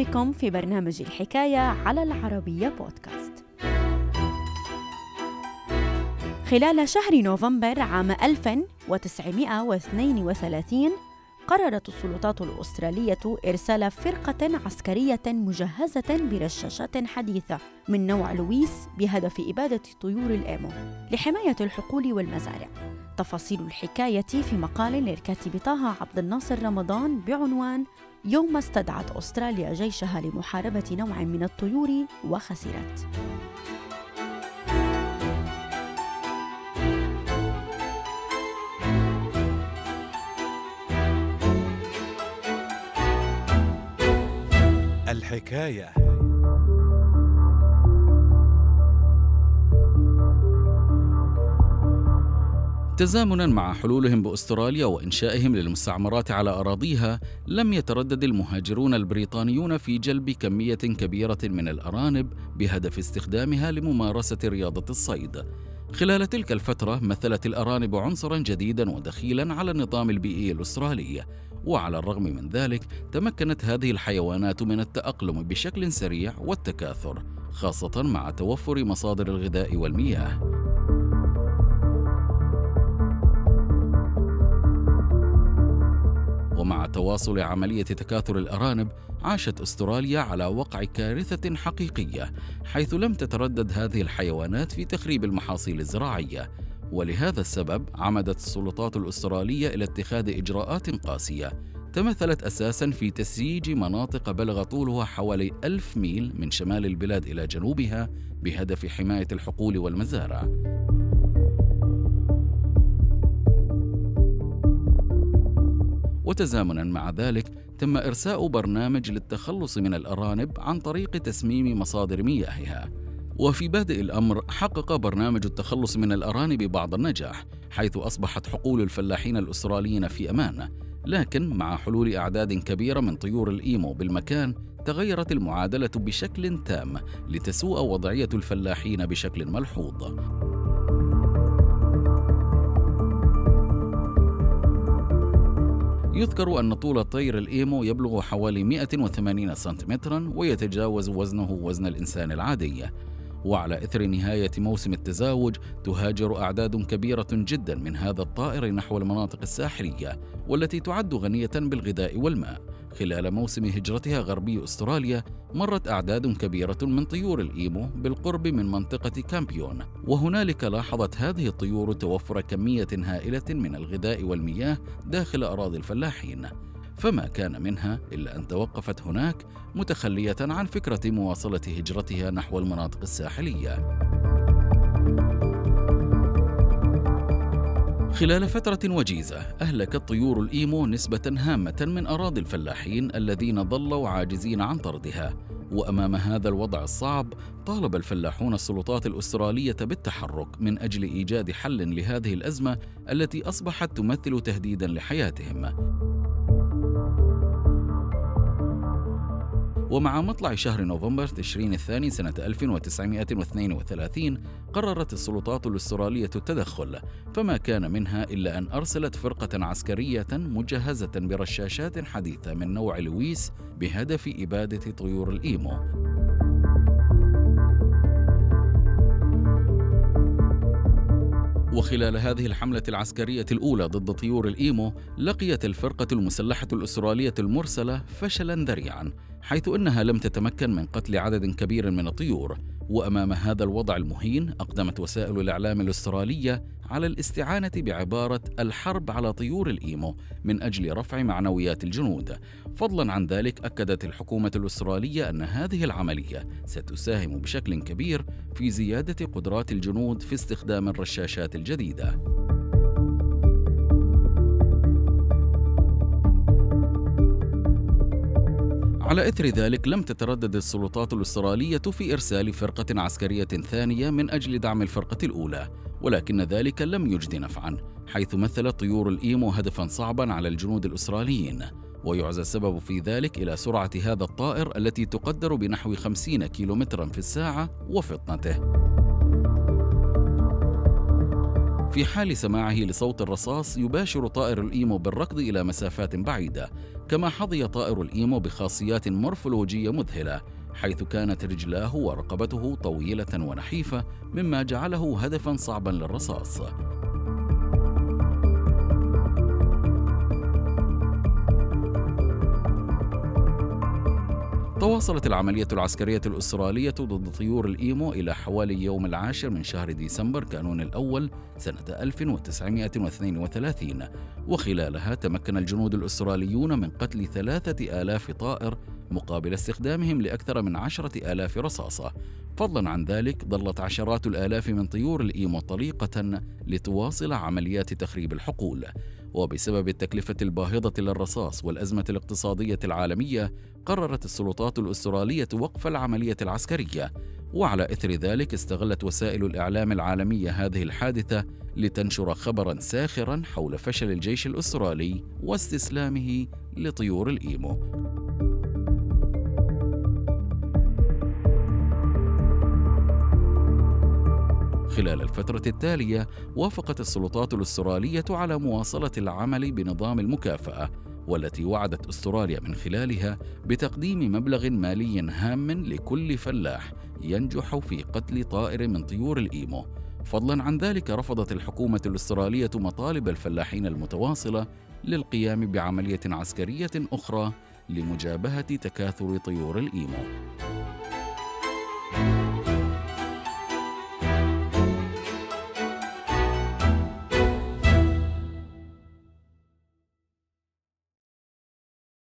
بكم في برنامج الحكاية على العربية بودكاست. خلال شهر نوفمبر عام 1932 قررت السلطات الأسترالية إرسال فرقة عسكرية مجهزة برشاشات حديثة من نوع لويس بهدف إبادة طيور الإيمو لحماية الحقول والمزارع. تفاصيل الحكاية في مقال للكاتب طه عبد الناصر رمضان بعنوان يوم استدعت أستراليا جيشها لمحاربة نوع من الطيور وخسرت. الحكاية. تزامناً مع حلولهم بأستراليا وإنشائهم للمستعمرات على أراضيها، لم يتردد المهاجرون البريطانيون في جلب كمية كبيرة من الأرانب بهدف استخدامها لممارسة رياضة الصيد. خلال تلك الفترة مثلت الأرانب عنصراً جديداً ودخيلاً على النظام البيئي الأسترالي، وعلى الرغم من ذلك تمكنت هذه الحيوانات من التأقلم بشكل سريع والتكاثر، خاصة مع توفر مصادر الغذاء والمياه. ومع تواصل عملية تكاثر الأرانب، عاشت أستراليا على وقع كارثة حقيقية، حيث لم تتردد هذه الحيوانات في تخريب المحاصيل الزراعية. ولهذا السبب عمدت السلطات الأسترالية إلى اتخاذ إجراءات قاسية تمثلت أساساً في تسييج مناطق بلغ طولها حوالي 1000 ميل من شمال البلاد إلى جنوبها بهدف حماية الحقول والمزارع. وتزامناً مع ذلك تم إرساء برنامج للتخلص من الأرانب عن طريق تسميم مصادر مياهها. وفي بادئ الأمر حقق برنامج التخلص من الأرانب بعض النجاح، حيث أصبحت حقول الفلاحين الأستراليين في أمان. لكن مع حلول أعداد كبيرة من طيور الإيمو بالمكان، تغيرت المعادلة بشكل تام لتسوء وضعية الفلاحين بشكل ملحوظ. يذكر أن طول طير الإيمو يبلغ حوالي 180 سنتيمتراً ويتجاوز وزنه وزن الإنسان العادي. وعلى إثر نهاية موسم التزاوج تهاجر أعداد كبيرة جدا من هذا الطائر نحو المناطق الساحلية والتي تعد غنية بالغذاء والماء. خلال موسم هجرتها غربي أستراليا مرت أعداد كبيرة من طيور الإيمو بالقرب من منطقة كامبيون، وهنالك لاحظت هذه الطيور توفر كمية هائلة من الغذاء والمياه داخل أراضي الفلاحين، فما كان منها إلا أن توقفت هناك متخلية عن فكرة مواصلة هجرتها نحو المناطق الساحلية. خلال فترة وجيزة أهلكت طيور الإيمو نسبة هامة من أراضي الفلاحين الذين ظلوا عاجزين عن طردها. وأمام هذا الوضع الصعب طالب الفلاحون السلطات الأسترالية بالتحرك من أجل إيجاد حل لهذه الأزمة التي أصبحت تمثل تهديداً لحياتهم. ومع مطلع شهر نوفمبر تشرين الثاني سنة 1932 قررت السلطات الأسترالية التدخل، فما كان منها إلا أن أرسلت فرقة عسكرية مجهزة برشاشات حديثة من نوع لويس بهدف إبادة طيور الإيمو. وخلال هذه الحملة العسكرية الأولى ضد طيور الإيمو لقيت الفرقة المسلحة الأسترالية المرسلة فشلاً ذريعاً، حيث أنها لم تتمكن من قتل عدد كبير من الطيور. وأمام هذا الوضع المهين أقدمت وسائل الإعلام الأسترالية على الاستعانة بعبارة الحرب على طيور الإيمو من أجل رفع معنويات الجنود. فضلاً عن ذلك أكدت الحكومة الأسترالية أن هذه العملية ستساهم بشكل كبير في زيادة قدرات الجنود في استخدام الرشاشات الجديدة. على إثر ذلك لم تتردد السلطات الأسترالية في إرسال فرقة عسكرية ثانية من أجل دعم الفرقة الأولى، ولكن ذلك لم يجد نفعاً، حيث مثلت طيور الإيمو هدفاً صعباً على الجنود الأستراليين. ويعزى السبب في ذلك إلى سرعة هذا الطائر التي تقدر بنحو 50 كيلومتراً في الساعة وفطنته. في حال سماعه لصوت الرصاص يباشر طائر الإيمو بالركض إلى مسافات بعيدة. كما حظي طائر الإيمو بخاصيات مورفولوجية مذهلة، حيث كانت رجلاه ورقبته طويلة ونحيفة، مما جعله هدفاً صعباً للرصاص. تواصلت العملية العسكرية الأسترالية ضد طيور الإيمو إلى حوالي يوم 10 من شهر ديسمبر كانون الأول سنة 1932، وخلالها تمكن الجنود الأستراليون من قتل 3000 طائر مقابل استخدامهم لأكثر من 10,000 رصاصة. فضلاً عن ذلك ظلت عشرات الآلاف من طيور الإيمو طليقة لتواصل عمليات تخريب الحقول. وبسبب التكلفة الباهظة للرصاص والأزمة الاقتصادية العالمية، قررت السلطات الأسترالية وقف العملية العسكرية. وعلى إثر ذلك استغلت وسائل الإعلام العالمية هذه الحادثة لتنشر خبراً ساخراً حول فشل الجيش الأسترالي واستسلامه لطيور الإيمو. خلال الفترة التالية وافقت السلطات الأسترالية على مواصلة العمل بنظام المكافأة، والتي وعدت أستراليا من خلالها بتقديم مبلغ مالي هام لكل فلاح ينجح في قتل طائر من طيور الإيمو. فضلاً عن ذلك رفضت الحكومة الأسترالية مطالب الفلاحين المتواصلة للقيام بعملية عسكرية أخرى لمجابهة تكاثر طيور الإيمو.